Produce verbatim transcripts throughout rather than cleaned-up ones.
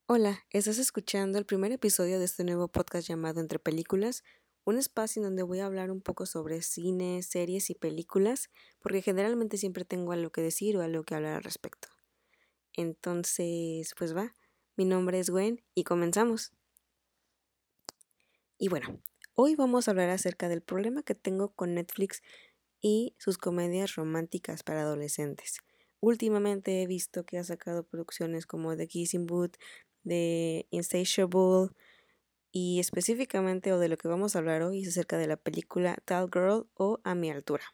Hola, estás escuchando el primer episodio de este nuevo podcast llamado Entre Películas, un espacio en donde voy a hablar un poco sobre cine, series y películas, porque generalmente siempre tengo algo que decir o algo que hablar al respecto. Entonces, pues va, mi nombre es Gwen y comenzamos. Y bueno, hoy vamos a hablar acerca del problema que tengo con Netflix y sus comedias románticas para adolescentes. Últimamente he visto que ha sacado producciones como The Kissing Booth, The Insatiable, y específicamente o de lo que vamos a hablar hoy es acerca de la película Tall Girl o A mi altura.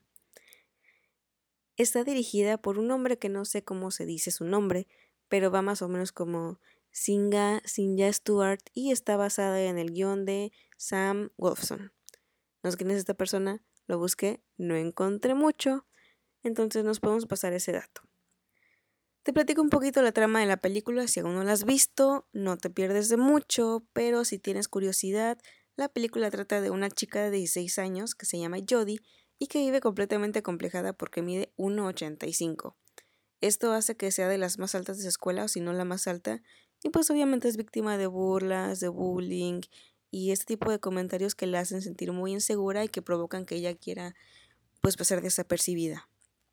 Está dirigida por un hombre que no sé cómo se dice su nombre, pero va más o menos como Singa Sinja Stewart y está basada en el guión de Sam Wolfson. No sé quién es esta persona, lo busqué, no encontré mucho, entonces nos podemos pasar ese dato. Te platico un poquito la trama de la película, si aún no la has visto, no te pierdes de mucho, pero si tienes curiosidad, la película trata de una chica de dieciséis años que se llama Jodie y que vive completamente complejada porque mide uno ochenta y cinco. Esto hace que sea de las más altas de su escuela, o si no la más alta, y pues obviamente es víctima de burlas, de bullying y este tipo de comentarios que la hacen sentir muy insegura y que provocan que ella quiera pues pasar desapercibida.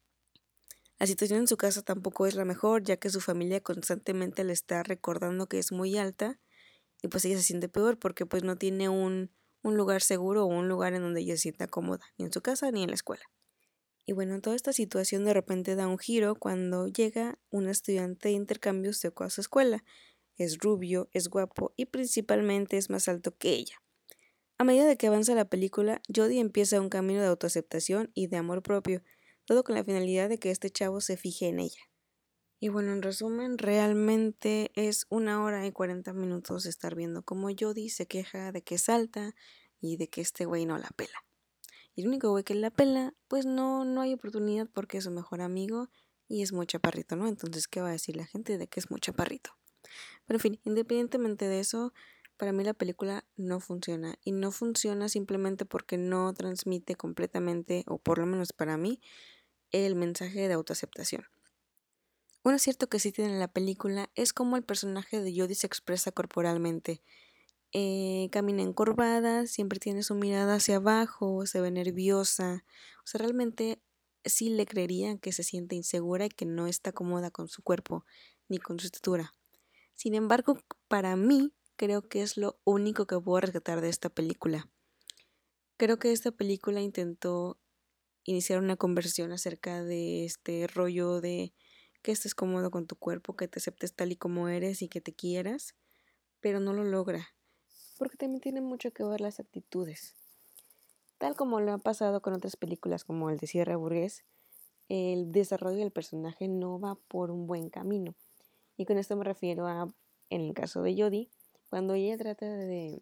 La situación en su casa tampoco es la mejor, ya que su familia constantemente le está recordando que es muy alta y pues ella se siente peor porque pues no tiene un, un lugar seguro o un lugar en donde ella se sienta cómoda, ni en su casa ni en la escuela. Y bueno, toda esta situación de repente da un giro cuando llega un estudiante de intercambio seco a su escuela. Es rubio, es guapo y principalmente es más alto que ella. A medida de que avanza la película, Jodie empieza un camino de autoaceptación y de amor propio, todo con la finalidad de que este chavo se fije en ella. Y bueno, en resumen, realmente es una hora y cuarenta minutos de estar viendo cómo Jodie se queja de que es alta y de que este güey no la pela. Y el único güey que la pela, pues no, no hay oportunidad porque es su mejor amigo y es muy chaparrito, ¿no? Entonces, ¿qué va a decir la gente de que es muy chaparrito? Pero en fin, independientemente de eso, para mí la película no funciona. Y no funciona simplemente porque no transmite completamente, o por lo menos para mí, el mensaje de autoaceptación. Un acierto que sí tiene la película es cómo el personaje de Jodie se expresa corporalmente. Eh, camina encorvada, siempre tiene su mirada hacia abajo, se ve nerviosa. O sea, realmente sí le creería que se siente insegura y que no está cómoda con su cuerpo ni con su estatura. Sin embargo, para mí, creo que es lo único que puedo rescatar de esta película. Creo que esta película intentó iniciar una conversación acerca de este rollo de que estés cómodo con tu cuerpo, que te aceptes tal y como eres y que te quieras, pero no lo logra, porque también tiene mucho que ver las actitudes. Tal como lo ha pasado con otras películas como El de Cierre Burgués, el desarrollo del personaje no va por un buen camino. Y con esto me refiero a, en el caso de Jodie, cuando ella trata de,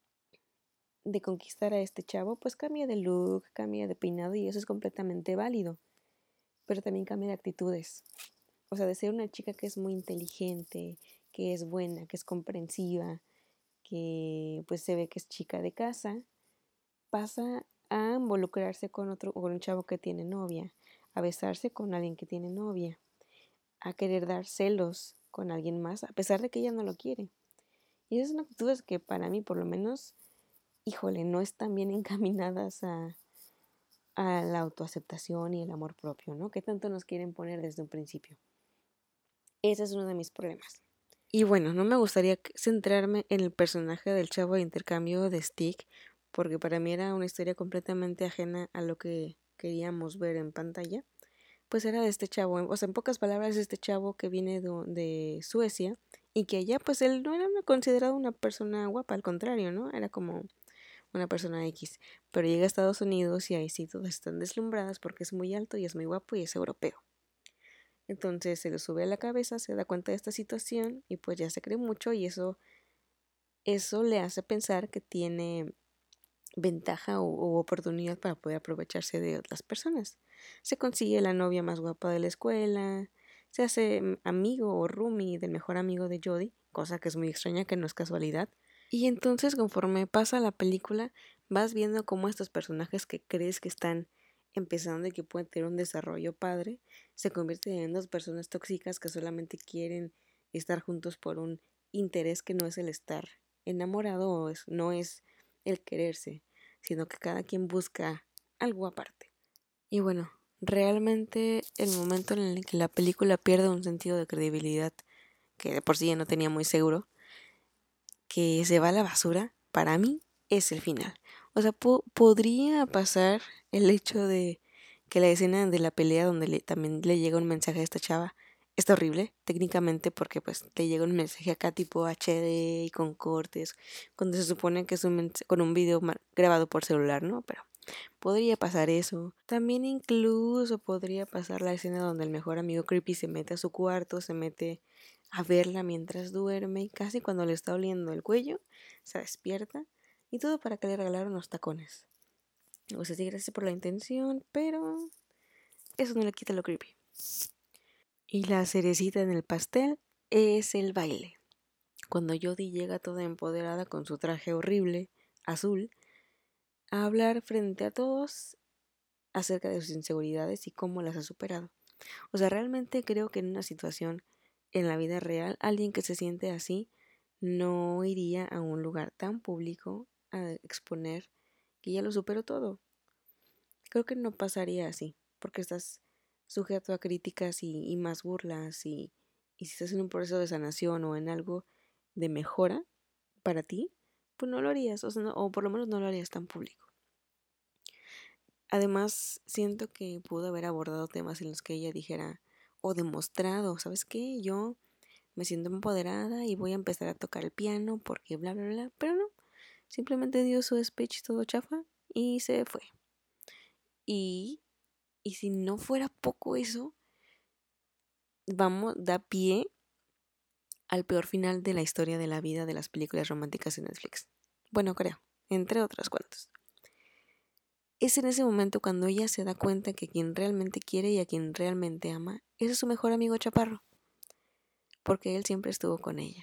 de conquistar a este chavo, pues cambia de look, cambia de peinado y eso es completamente válido. Pero también cambia de actitudes. O sea, de ser una chica que es muy inteligente, que es buena, que es comprensiva, que pues se ve que es chica de casa, pasa a involucrarse con otro, con un chavo que tiene novia, a besarse con alguien que tiene novia, a querer dar celos con alguien más, a pesar de que ella no lo quiere. Y esas son actitudes que para mí, por lo menos, híjole, no están bien encaminadas a, a la autoaceptación y el amor propio, ¿no? Que tanto nos quieren poner desde un principio. Ese es uno de mis problemas. Y bueno, no me gustaría centrarme en el personaje del chavo de intercambio de Stick, porque para mí era una historia completamente ajena a lo que queríamos ver en pantalla. Pues era de este chavo, o sea, en pocas palabras, este chavo que viene de, de Suecia y que allá, pues él no era considerado una persona guapa, al contrario, ¿no? Era como una persona X. Pero llega a Estados Unidos y ahí sí todas están deslumbradas porque es muy alto y es muy guapo y es europeo. Entonces se le sube a la cabeza, se da cuenta de esta situación y pues ya se cree mucho y eso, eso le hace pensar que tiene ventaja o, o oportunidad para poder aprovecharse de otras personas. Se consigue la novia más guapa de la escuela, se hace mm, amigo o roomie del mejor amigo de Jodie, cosa que es muy extraña, que no es casualidad. Y entonces conforme pasa la película, vas viendo cómo estos personajes que crees que están empezando y que pueden tener un desarrollo padre, se convierten en dos personas tóxicas que solamente quieren estar juntos por un interés que no es el estar enamorado, o es, no es el quererse, sino que cada quien busca algo aparte. Y bueno, realmente el momento en el que la película pierde un sentido de credibilidad, que de por sí ya no tenía muy seguro, que se va a la basura, para mí es el final. O sea, po- podría pasar el hecho de que la escena de la pelea donde le, también le llega un mensaje a esta chava está horrible técnicamente porque pues le llega un mensaje acá tipo H D y con cortes, cuando se supone que es un mens- con un video grabado por celular, ¿no? Pero podría pasar eso. También incluso podría pasar la escena donde el mejor amigo creepy se mete a su cuarto, se mete a verla mientras duerme y casi cuando le está oliendo el cuello, se despierta y todo para que le regalaron los tacones. O sea, sí, gracias por la intención, pero eso no le quita lo creepy. Y la cerecita en el pastel es el baile. Cuando Jodie llega toda empoderada con su traje horrible, azul, a hablar frente a todos acerca de sus inseguridades y cómo las ha superado. O sea, realmente creo que en una situación en la vida real, alguien que se siente así no iría a un lugar tan público a exponer que ya lo superó todo. Creo que no pasaría así, porque estás sujeto a críticas y, y más burlas y, y si estás en un proceso de sanación o en algo de mejora para ti, pues no lo harías, o sea, no, o por lo menos no lo harías tan público. Además, siento que pudo haber abordado temas en los que ella dijera o demostrado, ¿sabes qué? Yo me siento empoderada y voy a empezar a tocar el piano porque bla, bla, bla. Pero no, simplemente dio su speech todo chafa y se fue. Y, y si no fuera poco eso, vamos, da pie al peor final de la historia de la vida de las películas románticas de Netflix. Bueno, creo, entre otras cuantas. Es en ese momento cuando ella se da cuenta que quien realmente quiere y a quien realmente ama es su mejor amigo chaparro, porque él siempre estuvo con ella.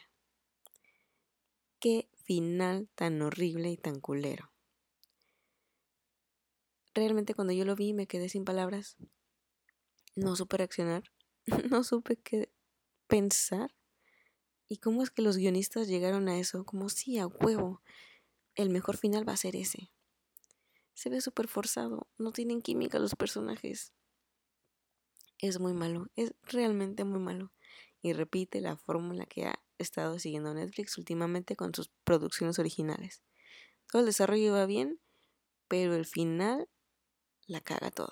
Qué final tan horrible y tan culero. Realmente cuando yo lo vi me quedé sin palabras. No supe reaccionar, no supe qué pensar. ¿Y cómo es que los guionistas llegaron a eso? Como si a huevo, el mejor final va a ser ese. Se ve súper forzado, no tienen química los personajes. Es muy malo, es realmente muy malo. Y repite la fórmula que ha estado siguiendo Netflix últimamente con sus producciones originales. Todo el desarrollo iba bien, pero el final la caga todo.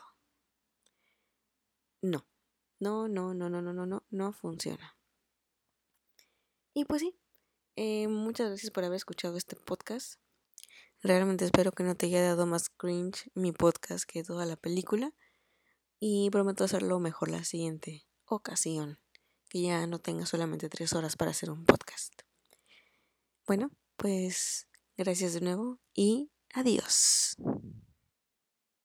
No, no, no, no, no, no, no, no, no funciona. Y pues sí, eh, muchas gracias por haber escuchado este podcast. Realmente espero que no te haya dado más cringe mi podcast que toda la película. Y prometo hacerlo mejor la siguiente ocasión. Que ya no tenga solamente tres horas para hacer un podcast. Bueno, pues gracias de nuevo y adiós.